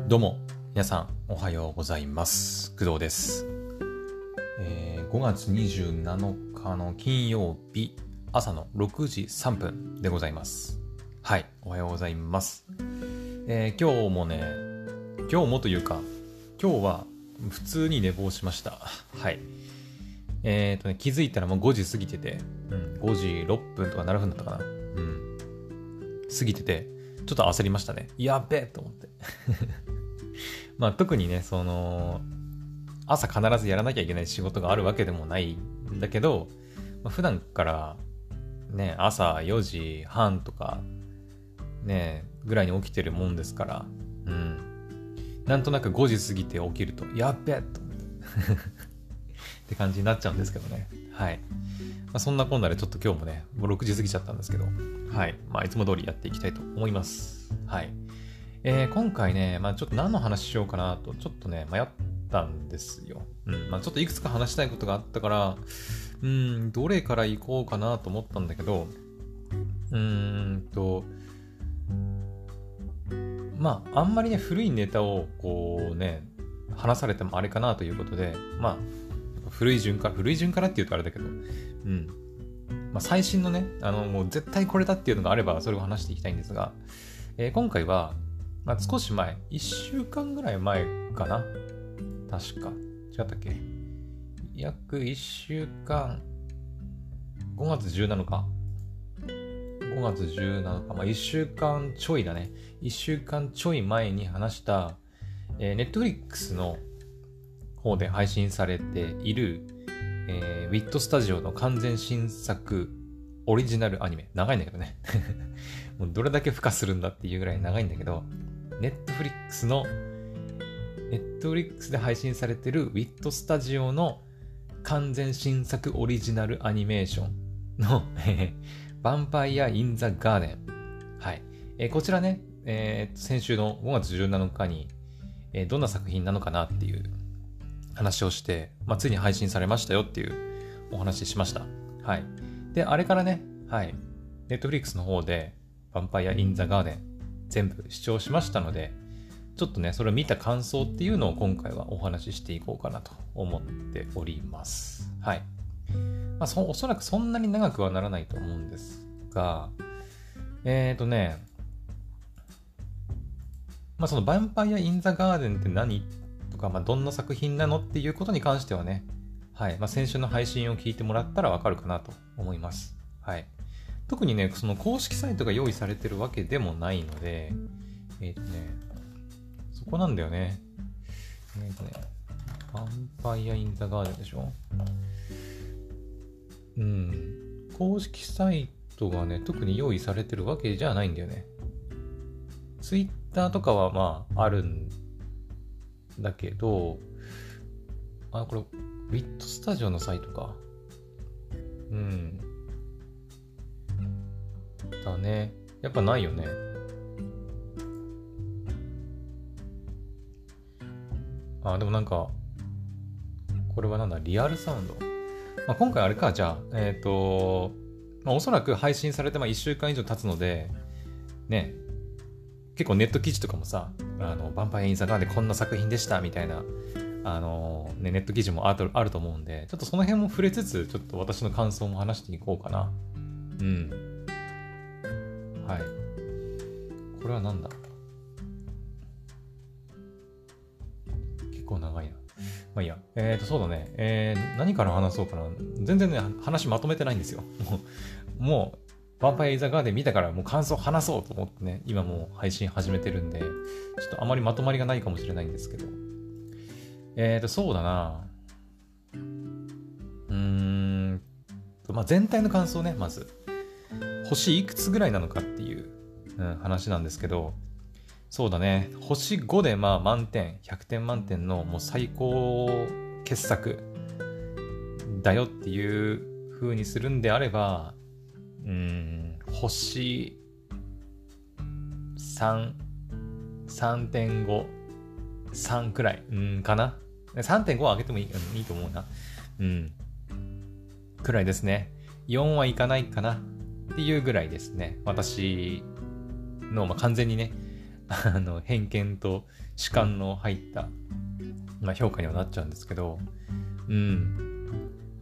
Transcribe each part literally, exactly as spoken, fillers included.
どうも皆さんおはようございます。工藤です、えー、ごがつにじゅうなのかの金曜日朝のろくじさんぷんでございます。はい、おはようございます。えー、今日もね今日もというか今日は普通に寝坊しました。はい。えーとね気づいたらもうごじ過ぎてて、うん、ごじろっぷんとかななふんだったかな、うん、過ぎててちょっと焦りましたね。やっべえと思ってまあ特にねその朝必ずやらなきゃいけない仕事があるわけでもないんだけど、まあ、普段からね朝よじはんとかねぐらいに起きてるもんですから、うん、なんとなくごじ過ぎて起きるとやっべえと思ってって感じになっちゃうんですけどね。はい。まあ、そんなこんなでちょっと今日もねもうろくじ過ぎちゃったんですけど、はい。まあいつも通りやっていきたいと思います。はい。えー、今回ね、まあちょっと何の話しようかなとちょっとね迷ったんですよ。うん。まあちょっといくつか話したいことがあったから、うん、どれから行こうかなと思ったんだけど、うーんと、まああんまりね古いネタをこうね話されてもあれかなということで、まあ古い順から古い順からっていうとあれだけど、うん。まあ最新のね、あのもう絶対これだっていうのがあればそれを話していきたいんですが、えー、今回はまあ、少し前、いっしゅうかんぐらい前かな確か。違ったっけ約いっしゅうかん、ごがつじゅうなのかごがつじゅうなのか、まあ、いっしゅうかんちょいだね。いっしゅうかんちょい前に話した、えー、Netflix の方で配信されている、えー、ウィットスタジオの完全新作オリジナルアニメ。長いんだけどね。もうどれだけ付加するんだっていうぐらい長いんだけど、ネットフリックスの、ネットフリックスで配信されているウィットスタジオの完全新作オリジナルアニメーションのヴァンパイア・イン・ザ・ガーデン。はい。えー、こちらね、えー、先週のごがつじゅうなのかに、えー、どんな作品なのかなっていう話をして、まあ、ついに配信されましたよっていうお話ししました。はい。で、あれからね、はい。ネットフリックスの方で、ヴァンパイア・イン・ザ・ガーデン全部視聴しましたので、ちょっとねそれを見た感想っていうのを今回はお話ししていこうかなと思っております。はい。まあ、そおそらくそんなに長くはならないと思うんですが、えーとねまあそのヴァンパイア・イン・ザ・ガーデンって何とか、まあ、どんな作品なのっていうことに関してはね、はい。まあ、先週の配信を聞いてもらったらわかるかなと思います。はい。特にね、その公式サイトが用意されてるわけでもないので、えっとね、そこなんだよね。えっとね、ヴァンパイア・イン・ザ・ガーデンでしょ？うん。公式サイトがね、特に用意されてるわけじゃないんだよね。ツイッターとかはまあ、あるんだけど、あ、これ、ウィットスタジオのサイトか。うん。だね。やっぱないよね。あ、でもなんか、これはなんだ、リアルサウンド。まあ、今回あれか、じゃあ、えっと、まあ、おそらく配信されてまあいっしゅうかん以上経つので、ね、結構ネット記事とかもさ、あの、ヴァンパイア・イン・ザ・ガーでこんな作品でしたみたいな、あの、ね、ネット記事もあるあると思うんで、ちょっとその辺も触れつつ、ちょっと私の感想も話していこうかな。うん。はい。これはなんだ？結構長いな。まあいいや。えーと、そうだね。えー、何から話そうかな。全然ね、話まとめてないんですよ。もう、もう、ヴァンパイア・イン・ザ・ガーデン見たからもう感想話そうと思ってね、今もう配信始めてるんで、ちょっとあまりまとまりがないかもしれないんですけど。えーと、そうだな。うーんと、まあ全体の感想ね、まず。星いくつぐらいなのかっていう、うん、話なんですけど、そうだね。星ごでまあ満点、ひゃくてん満点のもう最高傑作だよっていう風にするんであれば、うーん、星さん、さんてんご、さんくらい、うんかな。さんてんごは上げてもいい、うん、いいと思うな。うん。くらいですね。よんはいかないかなっていうぐらいですね。私の、まあ、完全にね、あの偏見と主観の入った、まあ、評価にはなっちゃうんですけど、うん。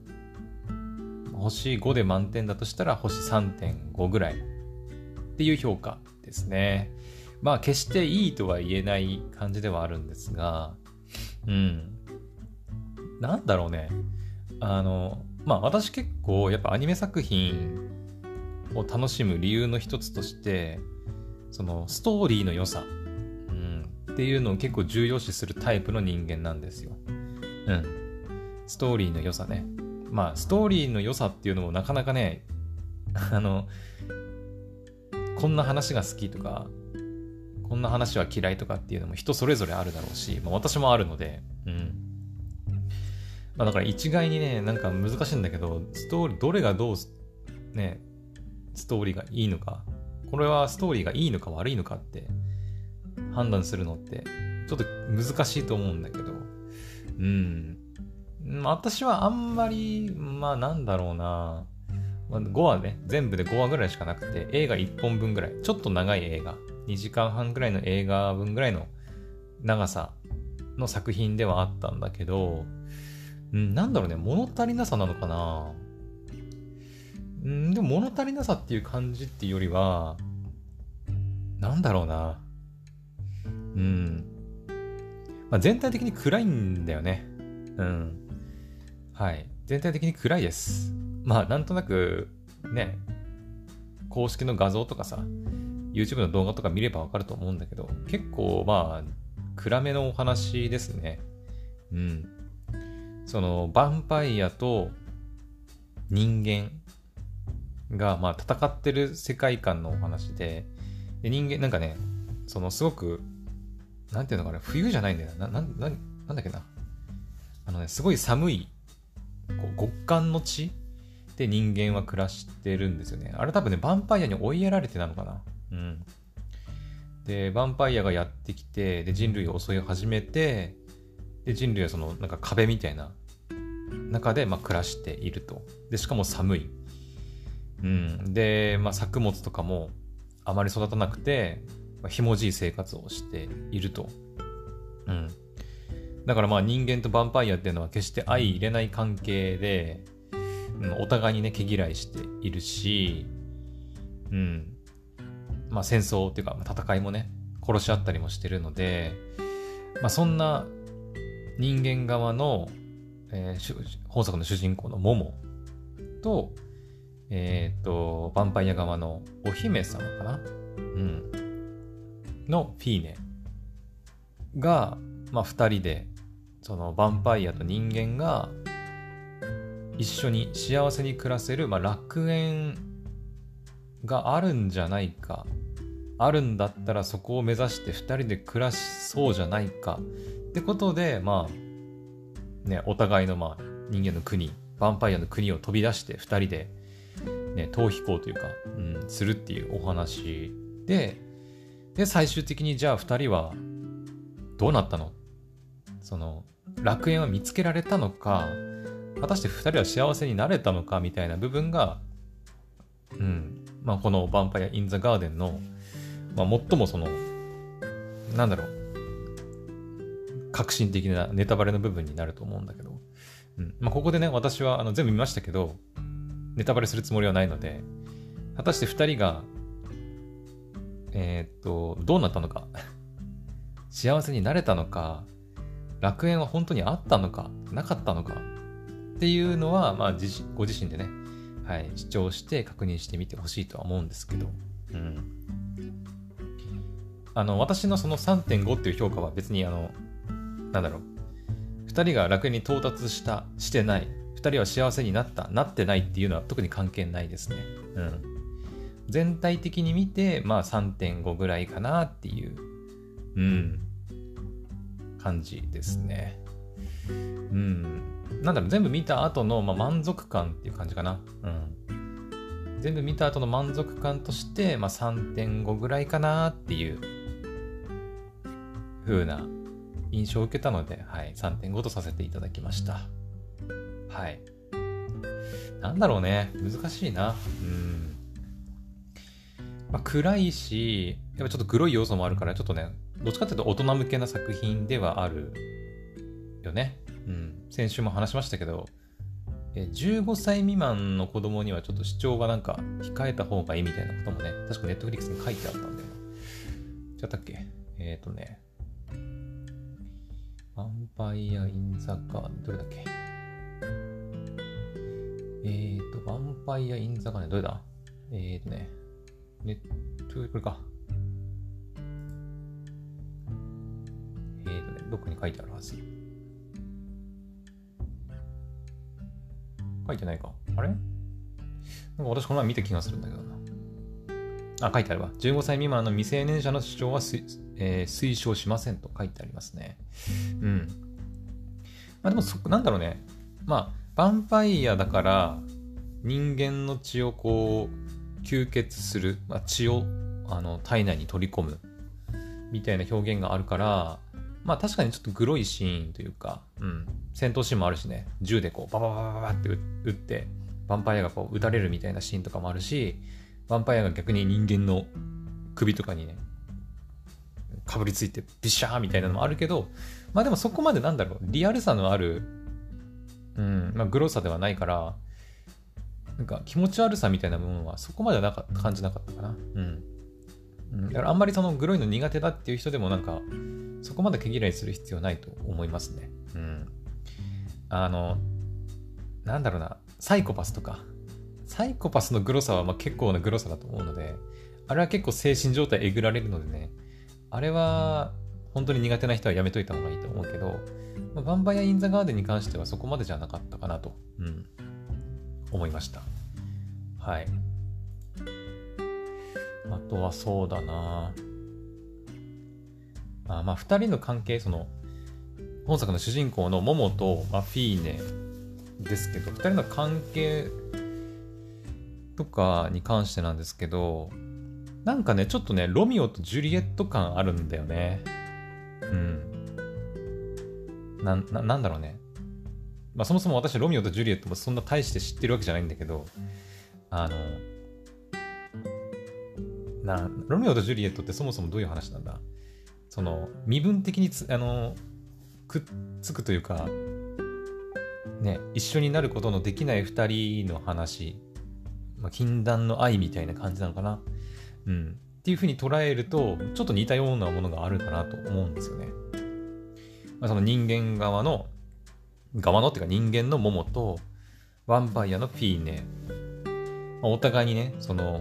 星ごで満点だとしたら星 さんてんご ぐらいっていう評価ですね。まあ決していいとは言えない感じではあるんですが、うん。なんだろうね。あの、まあ私結構やっぱアニメ作品を楽しむ理由の一つとして、そのストーリーの良さ、うん、っていうのを結構重要視するタイプの人間なんですよ。うん。ストーリーの良さね。まあストーリーの良さっていうのもなかなかね、あの、こんな話が好きとか、こんな話は嫌いとかっていうのも人それぞれあるだろうし、まあ、私もあるので、うん。まあだから一概にね、なんか難しいんだけど、ストーリー、どれがどう、ね、ストーリーがいいのか、これはストーリーがいいのか悪いのかって判断するのって、ちょっと難しいと思うんだけど、うん。私はあんまり、まあなんだろうな、まあ、ごわね、全部でごわぐらいしかなくて、映画いっぽんぶんぐらい、ちょっと長い映画、にじかんはんぐらいの映画分ぐらいの長さの作品ではあったんだけど、うん、なんだろうね、物足りなさなのかな。うん、でも物足りなさっていう感じっていうよりは、なんだろうな。うん。まあ、全体的に暗いんだよね。うん。はい。全体的に暗いです。まあ、なんとなく、ね、公式の画像とかさ、YouTube の動画とか見ればわかると思うんだけど、結構、まあ、暗めのお話ですね。うん。その、ヴァンパイアと人間が、まあ、戦ってる世界観のお話で、で人間、なんかね、その、すごく、なんていうのかな、冬じゃないんだよな。な、な、なんだっけな。あのね、すごい寒い、こう極寒の地で人間は暮らしてるんですよね。あれ多分ね、ヴァンパイアに追いやられてなのかな。うん。で、ヴァンパイアがやってきて、で、人類を襲い始めて、で、人類はその、なんか壁みたいな中で、まあ、暮らしていると。で、しかも寒い。うん。で、まあ、作物とかもあまり育たなくて、まあ、ひもじい生活をしていると。うん。だからまあ人間とヴァンパイアっていうのは決して相入れない関係で、うん、お互いにね、毛嫌いしているし、うん。まあ戦争っていうか、戦いもね、殺し合ったりもしてるので、まあそんな人間側の、えー、本作の主人公のモモと、えっと、ヴァンパイア側のお姫様かな、うん、のフィーネが、まあ二人で、そのヴァンパイアと人間が一緒に幸せに暮らせる、まあ、楽園があるんじゃないか、あるんだったらそこを目指してふたりで暮らしそうじゃないかってことで、まあね、お互いのまあ人間の国、ヴァンパイアの国を飛び出してふたりで、ね、逃避行というか、うん、するっていうお話で、で最終的にじゃあふたりはどうなったの、その楽園は見つけられたのか、果たしてふたりは幸せになれたのかみたいな部分が、うん、まあこのヴァンパイア・イン・ザ・ガーデンの、まあ、最もその、なんだろう、革新的なネタバレの部分になると思うんだけど、うんまあ、ここでね、私はあの全部見ましたけど、ネタバレするつもりはないので、果たしてふたりが、えー、っと、どうなったのか、幸せになれたのか、楽園は本当にあったのか、なかったのかっていうのは、まあ、自ご自身でね、はい、視聴して確認してみてほしいとは思うんですけど、うん。あの、私のその さんてんご っていう評価は別に、あの、なんだろう、ふたりが楽園に到達した、してない、ふたりは幸せになった、なってないっていうのは特に関係ないですね。うん。全体的に見て、まあ さんてんご ぐらいかなっていう、うん。感じですね。うん。なんだろう、全部見た後の、まあ、満足感っていう感じかな。うん。全部見た後の満足感として、まあ、さんてんご ぐらいかなっていう風な印象を受けたので、はい、さんてんご とさせていただきました。はい。なんだろうね、難しいな。うん。まあ、暗いし、 やっぱちょっとグロい要素もあるから、ちょっとね、どっちかっていうと大人向けな作品ではあるよね。うん。先週も話しましたけど、じゅうごさい未満の子供にはちょっと視聴はなんか控えた方がいいみたいなこともね、確かネットフリックスに書いてあったんだよな。違ったっけ？えっ、ー、とね、ヴァンパイア・イン・ザ・ガーデン、どれだっけ？えっ、ー、と、ヴァンパイア・イン・ザ・ガーデン、どれだ？えっ、ー、とね、ネット、これか。えっ、ー、とね、どこに書いてあるはず。書いてないか。あれ？なんか私この前見た気がするんだけどな。あ、書いてあるわ。じゅうごさい未満の未成年者の視聴は、えー、推奨しませんと書いてありますね。うん。まあでもそ、なんだろうね。まあ、ヴァンパイアだから人間の血をこう、吸血する、まあ、血をあの体内に取り込むみたいな表現があるから、まあ確かにちょっとグロいシーンというか、うん。戦闘シーンもあるしね、銃でこうババババババって撃ってヴァンパイアがこう撃たれるみたいなシーンとかもあるし、ヴァンパイアが逆に人間の首とかにねかぶりついてビシャーみたいなのもあるけど、まあでもそこまでなんだろう、リアルさのある、うんまあ、グロさではないから、なんか気持ち悪さみたいな部分はそこまではなか感じなかったかな。うん、うん、だからあんまりそのグロいの苦手だっていう人でもなんかそこまで毛嫌いする必要ないと思いますね。うん。あの、なんだろうな、サイコパスとか、サイコパスのグロさはまあ結構なグロさだと思うので、あれは結構精神状態えぐられるのでね、あれは本当に苦手な人はやめといた方がいいと思うけど、まあ、ヴァンパイア・イン・ザ・ガーデンに関してはそこまでじゃなかったかなと、うん、思いました。はい。あとはそうだなあ、まあ二人の関係、その、本作の主人公のモモと、まあ、フィーネですけど、二人の関係とかに関してなんですけど、なんかね、ちょっとね、ロミオとジュリエット感あるんだよね。うん。な、な、なんだろうね。まあそもそも私、ロミオとジュリエットもそんな大して知ってるわけじゃないんだけど、あの、な、ロミオとジュリエットってそもそもどういう話なんだ？その、身分的につ、あの、くっつくというか、ね、一緒になることのできない二人の話、まあ、禁断の愛みたいな感じなのかな、うん、っていう風に捉えるとちょっと似たようなものがあるかなと思うんですよね。まあ、その人間側の側のっていうか人間のモモとヴァンパイアのフィーネ、まあ、お互いにね、その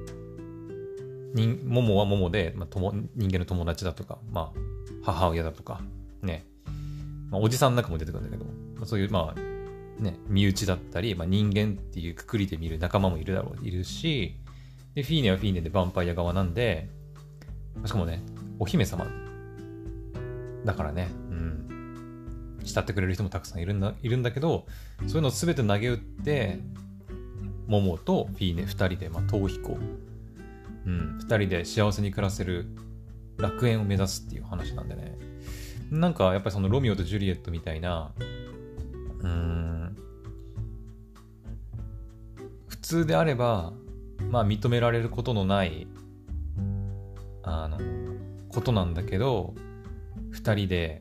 人モモはモモで、まあ、とも人間の友達だとか、まあ、母親だとかね、まあ、おじさんなんかも出てくるんだけど、まあ、そういうまあね、身内だったり、まあ、人間っていうくくりで見る仲間もいるだろう、いるし、で、フィーネはフィーネでヴァンパイア側なんで、しかもね、お姫様だからね、うん、慕ってくれる人もたくさんいるんだ、いるんだけど、そういうのを全て投げ打って、モモとフィーネ二人で、まあ、逃避行、うん、二人で幸せに暮らせる楽園を目指すっていう話なんでね、なんかやっぱりそのロミオとジュリエットみたいな、うーん、普通であればまあ認められることのないあのことなんだけど、二人で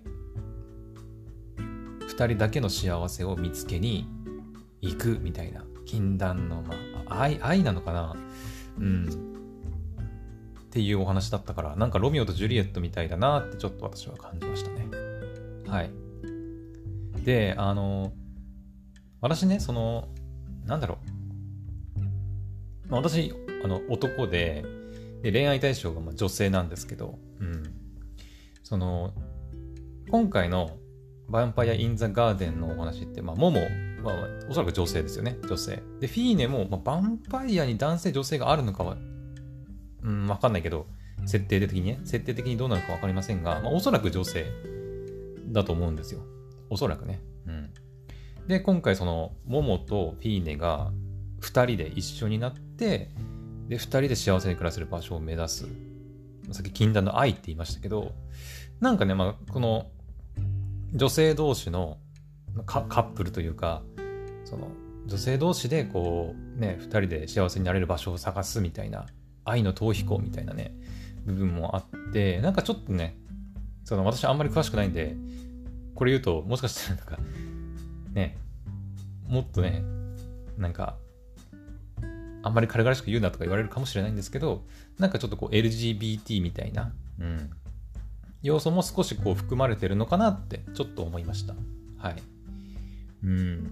二人だけの幸せを見つけに行くみたいな禁断の、まあ、愛愛なのかな、うんっていうお話だったから、なんかロミオとジュリエットみたいだなってちょっと私は感じましたね。はい。で、あの、私ね、その、なんだろう。まあ、私、あの、男で、で恋愛対象がまあ女性なんですけど、うん。その、今回のヴァンパイア・イン・ザ・ガーデンのお話って、まあ、モモはおそらく女性ですよね。女性。で、フィーネも、まあ、ヴァンパイアに男性、女性があるのかは、うん、わかんないけど、設定的にね、設定的にどうなるかわかりませんが、まあ、おそらく女性だと思うんですよ。おそらくね。うん。で、今回その、モモとフィーネが二人で一緒になって、で、二人で幸せに暮らせる場所を目指す。さっき禁断の愛って言いましたけど、なんかね、まあ、この、女性同士のカップルというか、その、女性同士でこう、ね、二人で幸せになれる場所を探すみたいな、愛の逃避行みたいなね、 部分もあって、なんかちょっとね、その私あんまり詳しくないんで、これ言うと、もしかしたらなんか、ね、もっとね、なんか、あんまり軽々しく言うなとか言われるかもしれないんですけど、なんかちょっとこう エルジービーティー みたいな、うん、要素も少しこう含まれてるのかなってちょっと思いました。はい。うん。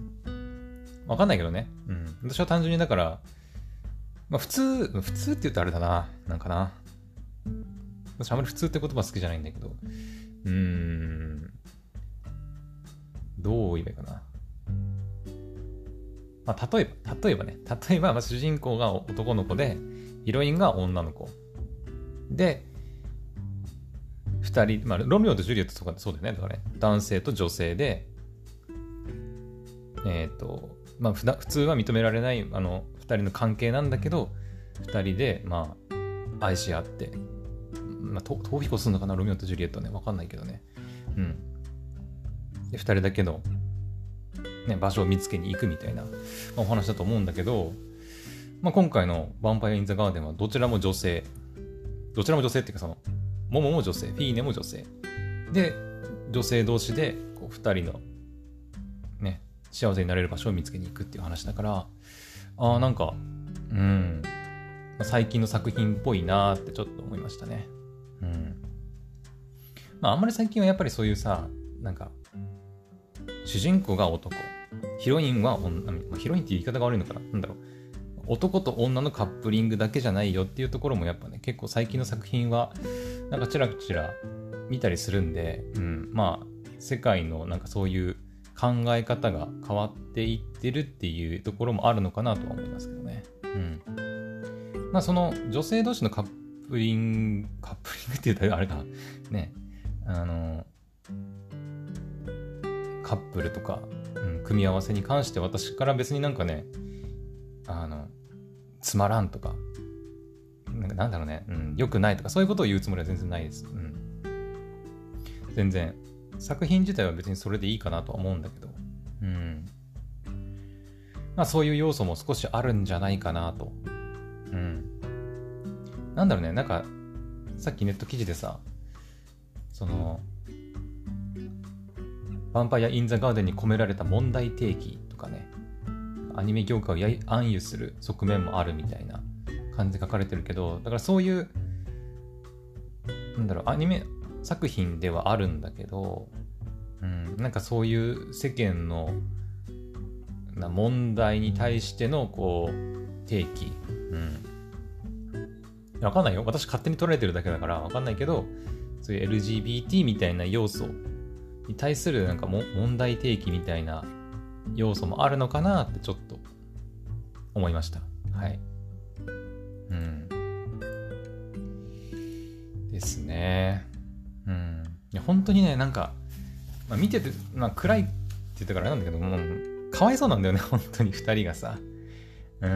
わかんないけどね。うん。私は単純にだから、まあ普通、普通って言うとあれだな。なんかな。私あんまり普通って言葉好きじゃないんだけど、うーん。どう言えばいいかな。まあ例えば、例えばね。例えば、まあ、主人公が男の子で、ヒロインが女の子。で、二人、まあ、ロミオとジュリエットとかそうだよね。だからね、男性と女性で、えっ、ー、と、まあ、普通は認められないあの二人の関係なんだけど、二人で、まあ、愛し合って、まあ、逃避行するのかな、ロミオとジュリエットね。わかんないけどね。うん。で、二人だけの、ね、場所を見つけに行くみたいな、まあ、お話だと思うんだけど、まあ、今回のヴァンパイア・イン・ザ・ガーデンはどちらも女性。どちらも女性っていうか、その、モモも女性、フィーネも女性。で、女性同士で、こう、二人の、ね、幸せになれる場所を見つけに行くっていう話だから、ああ、なんか、うん、最近の作品っぽいなーってちょっと思いましたね。うん。まあ、あんまり最近はやっぱりそういうさ、なんか、主人公が男、ヒロインは女、ヒロインって言い方が悪いのかな、なんだろう。男と女のカップリングだけじゃないよっていうところもやっぱね、結構最近の作品は、なんかチラチラ見たりするんで、うん、まあ、世界のなんかそういう考え方が変わっていってるっていうところもあるのかなとは思いますけどね。うん。まあ、その女性同士のカップリング、カップリングって言ったらあれかな。ね。あの、カップルとか、うん、組み合わせに関して私から別になんかね、あの、つまらんとか、なんかなんだろうね、うん、良くないとか、そういうことを言うつもりは全然ないです。うん。全然。作品自体は別にそれでいいかなとは思うんだけど、うん。まあそういう要素も少しあるんじゃないかなと。うん。なんだろうね、なんか、さっきネット記事でさ、その、ヴァンパイア・イン・ザ・ガーデンに込められた問題提起とかね、アニメ業界を暗喩する側面もあるみたいな感じで書かれてるけど、だからそういう、なんだろう、アニメ作品ではあるんだけど、うん、なんかそういう世間のな問題に対してのこう提起、うん、わかんないよ。私勝手に捉えてるだけだからわかんないけど、そういう エルジービーティー みたいな要素に対するなんかも問題提起みたいな要素もあるのかなってちょっと思いました。はい。うん。ですね。うん。いや本当にね、なんか、まあ、見てて、まあ、暗いって言ったからなんだけども、かわいそうなんだよね、本当に二人がさ。うん。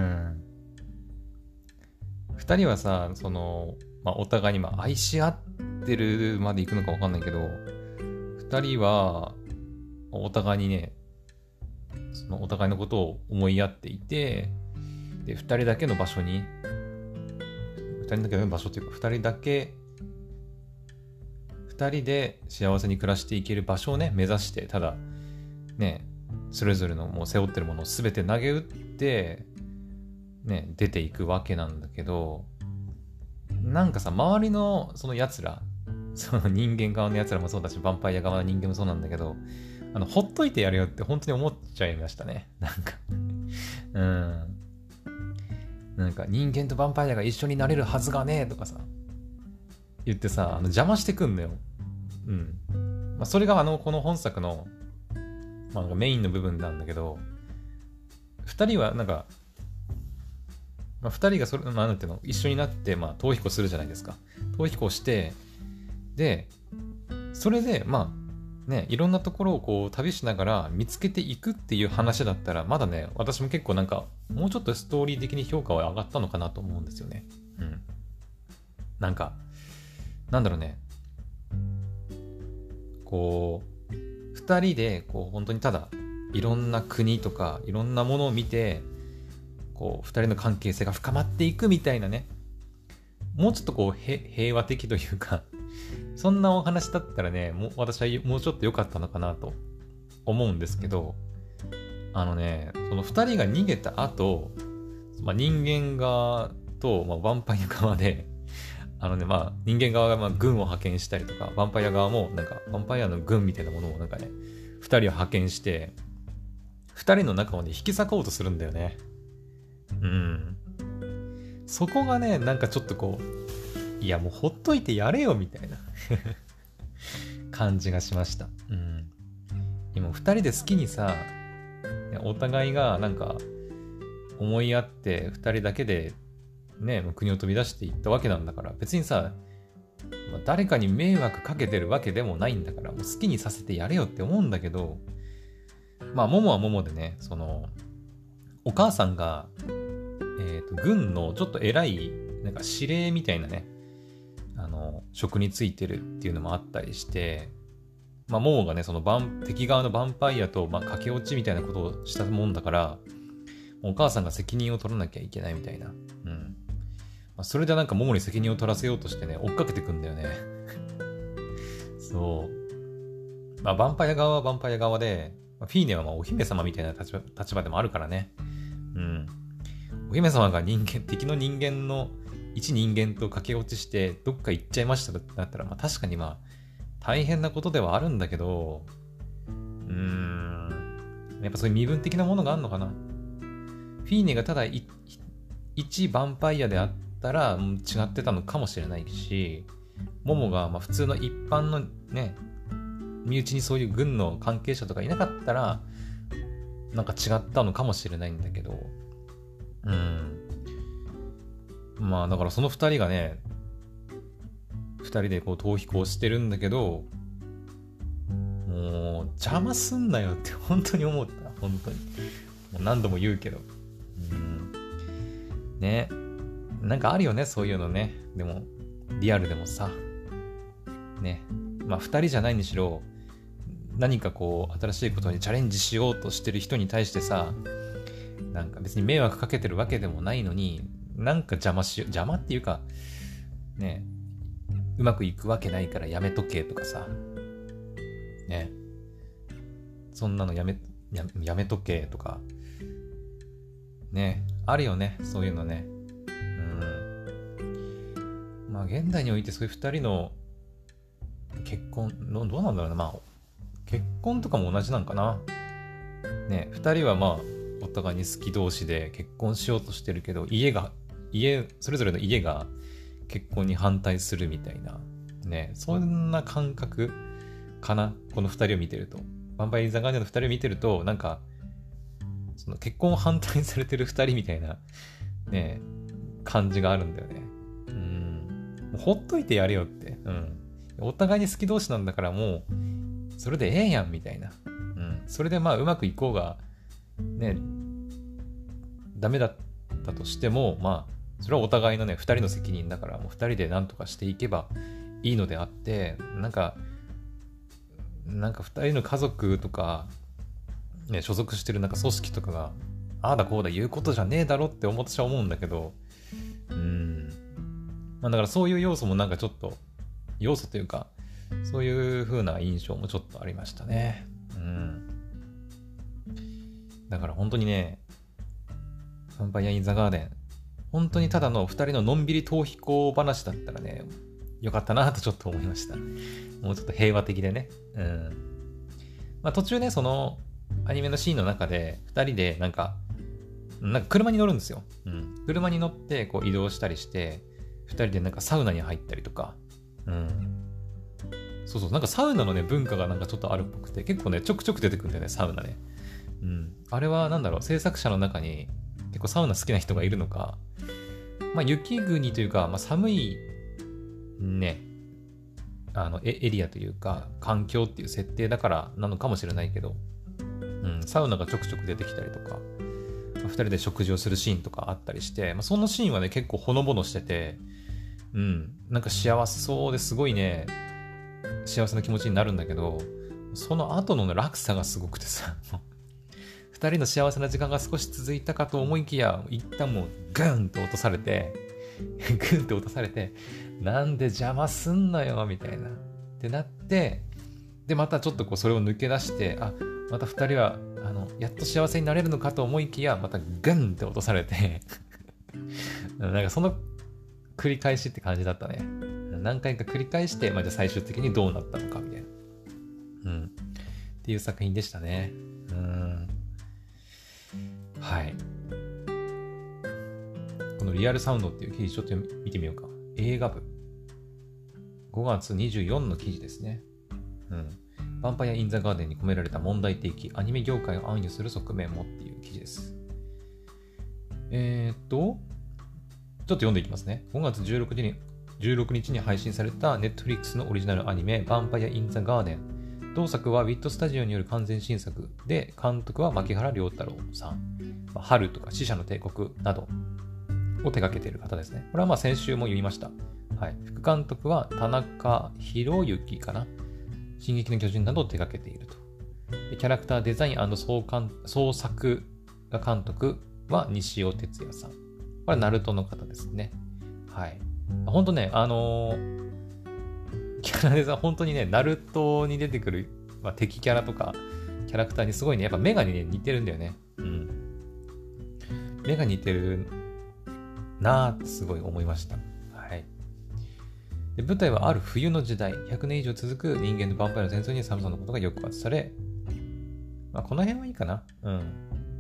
二人はさ、その、まあ、お互いにまあ愛し合ってるまで行くのかわかんないけど、二人は、お互いにね、そのお互いのことを思いやっていて、で、二人だけの場所に、二人だけの場所っていうか、二人だけ、二人で幸せに暮らしていける場所をね、目指して、ただ、ね、それぞれのもう背負ってるものを全て投げ打って、ね、出ていくわけなんだけど、なんかさ、周りのその奴ら、その人間側の奴らもそうだし、ヴァンパイア側の人間もそうなんだけど、あの、ほっといてやるよって本当に思っちゃいましたね。なんかうん。なんか人間とヴァンパイアが一緒になれるはずがねえとかさ、言ってさ、あの邪魔してくんのよ。うん。まあ、それがあの、この本作の、まあ、なんかメインの部分なんだけど、二人はなんか、まあ、二人がそれ、まあ、なんていうの、一緒になって、まあ、逃避行するじゃないですか。逃避行して、で、それで、まあ、ね、いろんなところをこう旅しながら見つけていくっていう話だったら、まだね、私も結構なんか、もうちょっとストーリー的に評価は上がったのかなと思うんですよね。うん。なんか、なんだろうね。こう、二人で、こう、本当にただ、いろんな国とか、いろんなものを見て、こう、二人の関係性が深まっていくみたいなね、 もうちょっとこう平和的というかそんなお話だったらね、もう私はもうちょっと良かったのかなと思うんですけど、あのね、そのふたりが逃げた後、まあ、人間側と、まあ、ヴァンパイア側で、あのね、まあ、人間側がまあ軍を派遣したりとか、ヴァンパイア側もなんか、ヴァンパイアの軍みたいなものをなんかね、ふたりを派遣して、ふたりの中をね、引き裂こうとするんだよね。うん。そこがね、なんかちょっとこう、いやもうほっといてやれよみたいな感じがしました。うん。今ふたりで好きにさ、お互いがなんか思い合ってふたりだけでね、国を飛び出していったわけなんだから、別にさ、まあ、誰かに迷惑かけてるわけでもないんだから、もう好きにさせてやれよって思うんだけど、まあ、モモはモモでね、その、お母さんが、えっと、軍のちょっと偉い、なんか司令みたいなね、あの、職についてるっていうのもあったりして、まあ、モモがね、そのバン、敵側のヴァンパイアと、まあ、駆け落ちみたいなことをしたもんだから、お母さんが責任を取らなきゃいけないみたいな。うん。まあ、それでなんかモモに責任を取らせようとしてね、追っかけてくんだよね。そう。まあ、ヴァンパイア側はヴァンパイア側で、フィーネはまあお姫様みたいな立場、立場でもあるからね。うん。お姫様が人間、敵の人間の一人間と駆け落ちしてどっか行っちゃいましたってなったら、まあ確かにまあ大変なことではあるんだけど、うーん。やっぱそういう身分的なものがあるのかな。フィーネがただ一ヴァンパイアであったら違ってたのかもしれないし、モモがまあ普通の一般のね、身内にそういう軍の関係者とかいなかったらなんか違ったのかもしれないんだけど、うん、まあだからその二人がね、二人でこう逃避行してるんだけど、もう邪魔すんなよって本当に思った。本当にもう何度も言うけど、うん、ね、なんかあるよね、そういうのね。でもリアルでもさね、まあふたりじゃないにしろ何かこう新しいことにチャレンジしようとしてる人に対してさ、なんか別に迷惑かけてるわけでもないのに、なんか邪魔しよう、邪魔っていうかね、うまくいくわけないからやめとけとかさね、そんなのやめ や, やめとけとかね、あるよね、そういうのね。うん。まあ現代においてそういう二人の結婚のどうなんだろうな、まあ結婚とかも同じなんかな。ね、二人はまあお互いに好き同士で結婚しようとしてるけど、家が家それぞれの家が結婚に反対するみたいなね、そんな感覚かな、この二人を見てると。ヴァンパイア・ザ・ガーディアンの二人を見てると、なんかその結婚を反対されてる二人みたいなね感じがあるんだよね。うん、もうほっといてやれよって。うん。お互いに好き同士なんだからもうそれでええやんみたいな。うん。それでまあうまくいこうがね、ダメだったとしても、まあそれはお互いのね二人の責任だから、もう二人で何とかしていけばいいのであって、なんかなんか二人の家族とかね、所属してるなんか組織とかがああだこうだ言うことじゃねえだろって思ってしゃ思うんだけど、うーん、まあだからそういう要素もなんかちょっと要素というかそういう風な印象もちょっとありましたね。うん。だから本当にね、ヴァンパイア・イン・ザ・ガーデン、本当にただの二人ののんびり逃避行話だったらね、よかったなとちょっと思いました。もうちょっと平和的でね。うん。まあ途中ね、そのアニメのシーンの中で二人でなんか、なんか車に乗るんですよ。うん。車に乗ってこう移動したりして、二人でなんかサウナに入ったりとか、うん。そうそう、なんかサウナのね、文化がなんかちょっとあるっぽくて、結構ね、ちょくちょく出てくるんだよね、サウナね。うん。あれはなんだろう、制作者の中に結構サウナ好きな人がいるのか、まあ雪国というか、まあ寒い、ね、あのエリアというか、環境っていう設定だからなのかもしれないけど、うん、サウナがちょくちょく出てきたりとか、まあ、ふたりで食事をするシーンとかあったりして、まあ、そのシーンはね、結構ほのぼのしてて、うん、なんか幸せそうですごいね、幸せな気持ちになるんだけど、その後の、ね、落差がすごくてさ、二人の幸せな時間が少し続いたかと思いきや、一旦もうガーンと落とされて、 グンって落とされて、なんで邪魔すんのよみたいなってなって、でまたちょっとこうそれを抜け出して、あ、またふたりはあのやっと幸せになれるのかと思いきや、またグンって落とされてなんかその繰り返しって感じだったね。何回か繰り返して、まあ、じゃあ最終的にどうなったのかみたいな、うん、っていう作品でしたね。うん、はい。このリアルサウンドっていう記事ちょっと見てみようか。映画部ごがつにじゅうよっかの記事ですね。うん。ヴァンパイア・イン・ザ・ガーデンに込められた問題提起、アニメ業界を暗喩する側面もっていう記事です。えー、っと、ちょっと読んでいきますね。ごがつじゅうろくにちに、じゅうろくにちに配信された Netflix のオリジナルアニメ、ヴァンパイア・イン・ザ・ガーデン。同作はウィットスタジオによる完全新作で、監督は牧原良太郎さん。春とか死者の帝国などを手掛けている方ですね。これはまあ先週も言いました。はい。副監督は田中宏之かな。進撃の巨人などを手掛けていると。キャラクターデザイン&創監創作が監督は西尾哲也さん。これはナルトの方ですね。はい。ほんとね、あのー、キャラデザイン、本当にね、ナルトに出てくる、まあ、敵キャラとか、キャラクターにすごいね、やっぱ目がね、似てるんだよね。うん。目が似てるなーってすごい思いました。はい。で、舞台はある冬の時代、ひゃくねん以上続く人間とヴァンパイアの戦争に寒さのことが抑圧され、まあ、この辺はいいかな。うん。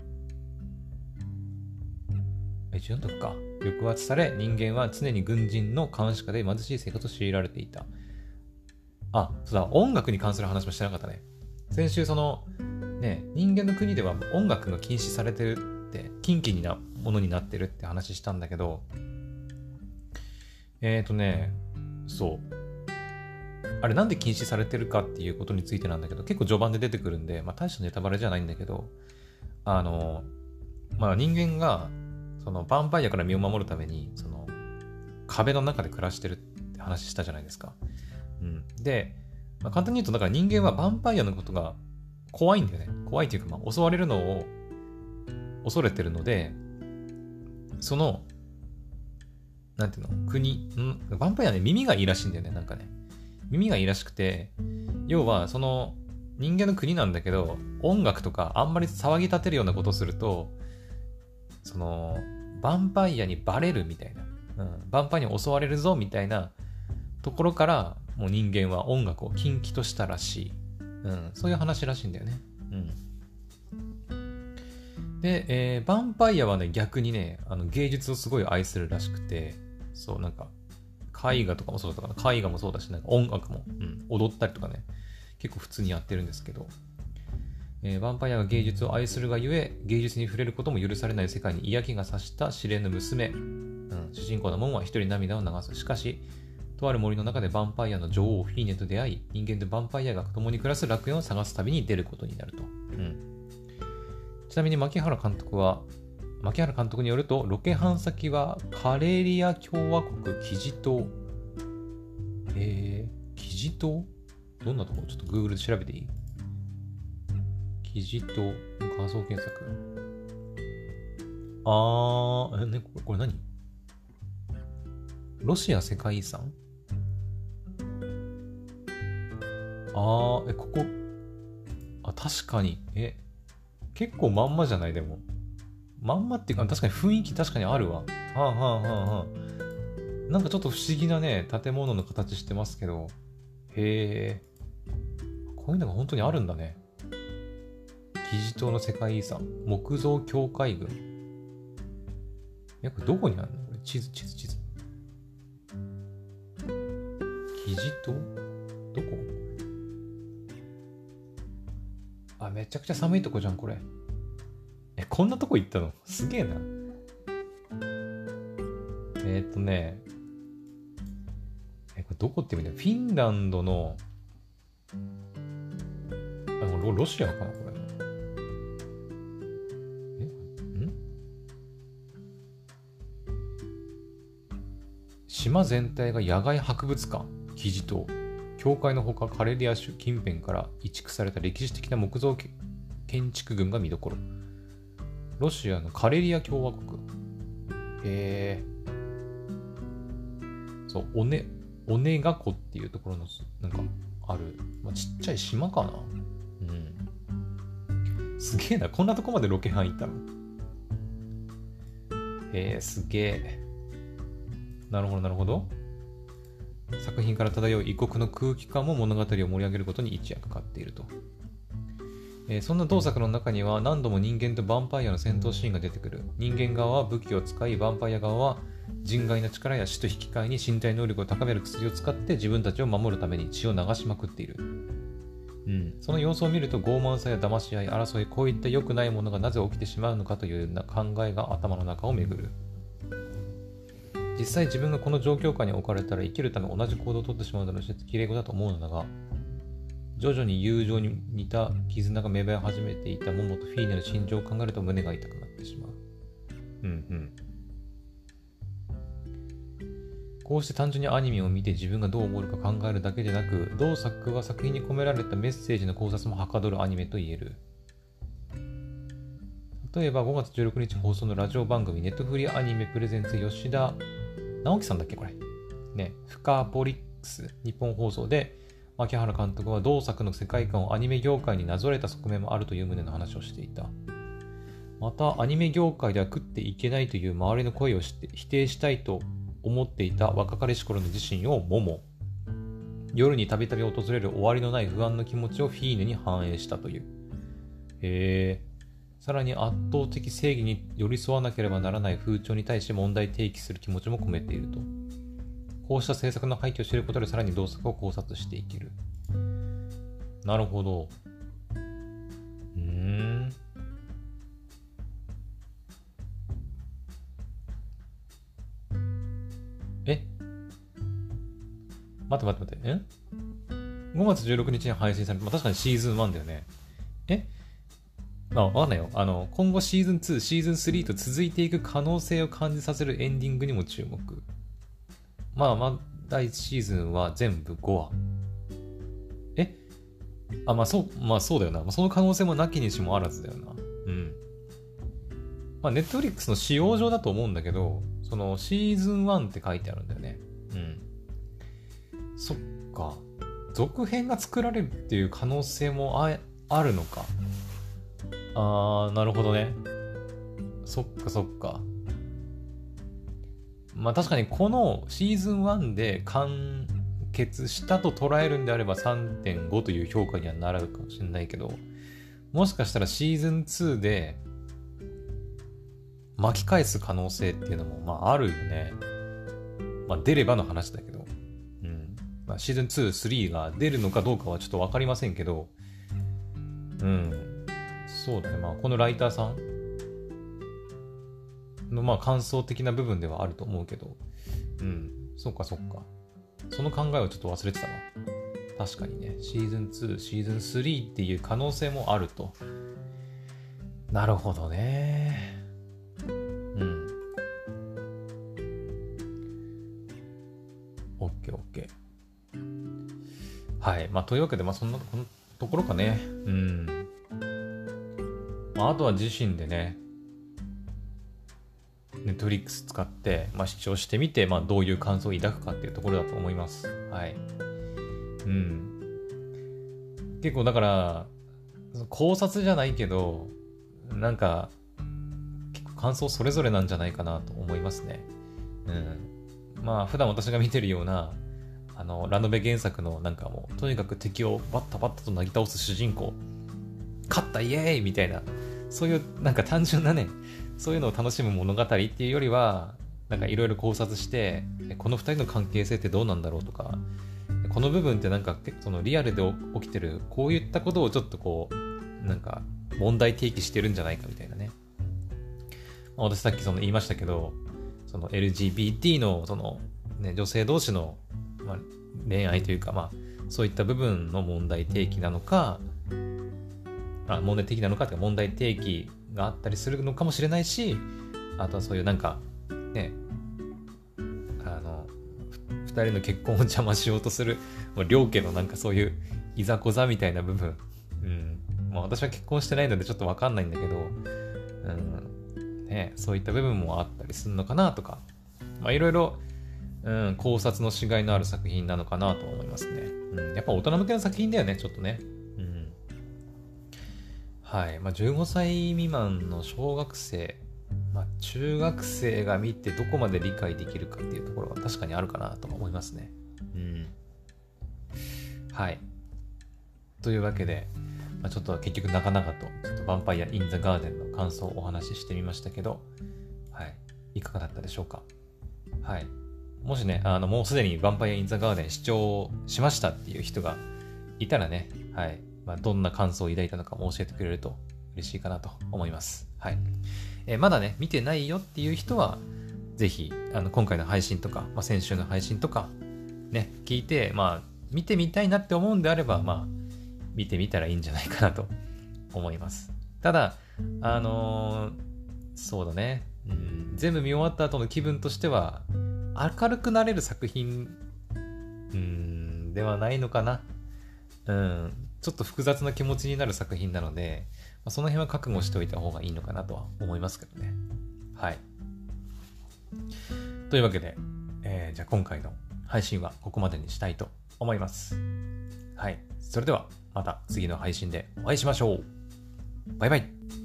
じゅうよんとかか。抑圧され、人間は常に軍人の監視下で貧しい生活を強いられていた。あ、そうだ、音楽に関する話もしてなかったね。先週その、ね、人間の国では音楽が禁止されてるって、禁忌なものになってるって話したんだけど、えーとね、そう。あれなんで禁止されてるかっていうことについてなんだけど、結構序盤で出てくるんで、まあ大したネタバレじゃないんだけど、あの、まあ人間が、そのヴァンパイアから身を守るために、その壁の中で暮らしてるって話したじゃないですか。うん。で、まあ、簡単に言うと、だから人間はヴァンパイアのことが怖いんだよね。怖いっていうか、まあ襲われるのを恐れてるので、その、なんていうの、国、んヴァンパイアね、耳がいいらしいんだよね、なんかね。耳がいいらしくて、要は、その、人間の国なんだけど、音楽とかあんまり騒ぎ立てるようなことをすると、その、ヴァンパイアにバレるみたいな、うん、ヴァンパイアに襲われるぞみたいなところから、もう人間は音楽を禁忌としたらしい。うん、そういう話らしいんだよね。うん。で、えー、ヴァンパイアはね、逆にね、あの芸術をすごい愛するらしくて、そう、なんか、絵画とかもそうだったかな。絵画もそうだし、なんか音楽も、うん、踊ったりとかね、結構普通にやってるんですけど、えー、ヴァンパイアが芸術を愛するがゆえ、芸術に触れることも許されない世界に嫌気がさした試練の娘、うん、主人公のモンは一人涙を流す。しかし、とある森の中でヴァンパイアの女王フィーネと出会い、人間とヴァンパイアが共に暮らす楽園を探す旅に出ることになると。うん、ちなみに牧原監督は、牧原監督によると、ロケハン先はカレリア共和国キジ島。えー、キジ島どんなところちょっと Google で調べていい？キジ島画像検索。あー、え、ね、これ、これ何？ロシア世界遺産？あー、え、ここ、あ、確かに、え、結構まんまじゃない？でも。まんまっていうか、確かに雰囲気確かにあるわ。はあはあはあはあ。なんかちょっと不思議なね、建物の形してますけど。へえ。こういうのが本当にあるんだね。キジ島の世界遺産。木造教会群。え、これどこにあるの？これ地図、地図、地図。キジ島？どこ？あ、めちゃくちゃ寒いとこじゃん、これ。え、こんなとこ行ったの？すげえな。えーっとね、え、これどこって意味だよ。フィンランドの、あの、ロ、ロシアかなこれ。えん島全体が野外博物館、キジ島。教会のほかカレリア州近辺から移築された歴史的な木造建築群が見どころ。ロシアのカレリア共和国。へえ。 そう、おね、おねが湖っていうところの、なんか、ある、まあ、ちっちゃい島かな。うん。すげえな、こんなとこまでロケハン行ったの。へえ、すげえ。なるほど、なるほど。作品から漂う異国の空気感も物語を盛り上げることに一役買っていると。えー、そんな同作の中には何度も人間とヴァンパイアの戦闘シーンが出てくる。人間側は武器を使い、ヴァンパイア側は人外な力や死と引き換えに身体能力を高める薬を使って自分たちを守るために血を流しまくっている。うん、その様子を見ると傲慢さや騙し合い、争い、こういった良くないものがなぜ起きてしまうのかという考えが頭の中を巡る。実際自分がこの状況下に置かれたら生きるため同じ行動をとってしまうだろうし、きれい事だと思うのだが、徐々に友情に似た絆が芽生え始めていたモモとフィーネの心情を考えると胸が痛くなってしまう。うんうん。こうして単純にアニメを見て自分がどう思うか考えるだけでなく、同作は作品に込められたメッセージの考察もはかどるアニメと言える。例えばごがつじゅうろくにち放送のラジオ番組ネットフリアニメプレゼンツ吉田直樹さんだっけこれ。ね、フカポリックス日本放送で牧原監督は同作の世界観をアニメ業界になぞれた側面もあるという旨の話をしていた。またアニメ業界では食っていけないという周りの声を知って否定したいと思っていた若かりし頃の自身をモモ、夜にたびたび訪れる終わりのない不安の気持ちをフィーネに反映したという。へー。さらに圧倒的正義に寄り添わなければならない風潮に対して問題提起する気持ちも込めていると。こうした制作の背景を知ることでさらに同作を考察していける。なるほど。うーん。え待って待って待って。え ?ご 月じゅうろくにちに配信されて、まあ、確かにシーズンワンだよね。えまあ、わかんないよ。あの、今後シーズンツー、シーズンスリーと続いていく可能性を感じさせるエンディングにも注目。まあまあ、だいいちシーズンは全部ごわ。えあ、まあそう、まあそうだよな。その可能性もなきにしもあらずだよな。うん。まあ、ネットフリックスの使用上だと思うんだけど、そのシーズンワンって書いてあるんだよね。うん。そっか。続編が作られるっていう可能性も あ, あるのか。あー、なるほどね。そっかそっか。まあ確かにこのシーズンワンで完結したと捉えるんであれば さんてんご という評価にはなるかもしれないけど、もしかしたらシーズンツーで巻き返す可能性っていうのもまああるよね。まあ出ればの話だけど。うん。まあ、シーズンツー、スリーが出るのかどうかはちょっとわかりませんけど、うん。そうだね。まあこのライターさんのまあ感想的な部分ではあると思うけど、うん。そっかそっか。その考えをちょっと忘れてたわ。確かにね、シーズンツー、シーズンスリーっていう可能性もあると。なるほどね。うん。オッケーオッケー。はい。まあ、というわけで、まあ、そんなこのところかね。うん。まあ、あとは自身でね、ネットフリックス使って、まあ、視聴してみて、まあ、どういう感想を抱くかっていうところだと思います。はい。うん。結構だから、考察じゃないけど、なんか、結構感想それぞれなんじゃないかなと思いますね。うん。まあ、普段私が見てるような、あの、ラノベ原作のなんかもう、とにかく敵をバッタバッタとなぎ倒す主人公、勝ったイエーイみたいな、そういうなんか単純なね、そういうのを楽しむ物語っていうよりは、なんかいろいろ考察して、この二人の関係性ってどうなんだろうとか、この部分ってなんかそのリアルで起きてるこういったことをちょっとこうなんか問題提起してるんじゃないかみたいなね。まあ、私さっきその言いましたけど、その エルジービーティー のその、ね、女性同士の、まあ、恋愛というか、まあそういった部分の問題提起なのか、あ問題提起なのかとか問題提起があったりするのかもしれないし、あとはそういうなんかね、あのふたりの結婚を邪魔しようとする両家のなんかそういういざこざみたいな部分、うんまあ、私は結婚してないのでちょっと分かんないんだけど、うんね、そういった部分もあったりするのかなとか、まあいろいろ、ううん、考察のしがいのある作品なのかなと思いますね。うん、やっぱ大人向けの作品だよね、ちょっとね。うん、はい。まあ、じゅうごさい未満の小学生、まあ、中学生が見てどこまで理解できるかっていうところは確かにあるかなと思いますね。うん。はい。というわけで、まあ、ちょっと結局なかなかと、ちょっとヴァンパイア・イン・ザ・ガーデンの感想をお話ししてみましたけど、はい。いかがだったでしょうか。はい。もしね、あの、もうすでにヴァンパイア・イン・ザ・ガーデン視聴しましたっていう人がいたらね、はい。まあ、どんな感想を抱いたのかも教えてくれると嬉しいかなと思います。はい。えーまだね、見てないよっていう人は、ぜひ、あの、今回の配信とか、まあ、先週の配信とか、ね、聞いて、まあ、見てみたいなって思うんであれば、まあ、見てみたらいいんじゃないかなと思います。ただ、あのーそうだね、うん、全部見終わった後の気分としては、明るくなれる作品、うん、ではないのかな。うん、ちょっと複雑な気持ちになる作品なので、まあ、その辺は覚悟しておいた方がいいのかなとは思いますけどね。はい。というわけで、えーじゃあ今回の配信はここまでにしたいと思います。はい。それではまた次の配信でお会いしましょう。バイバイ。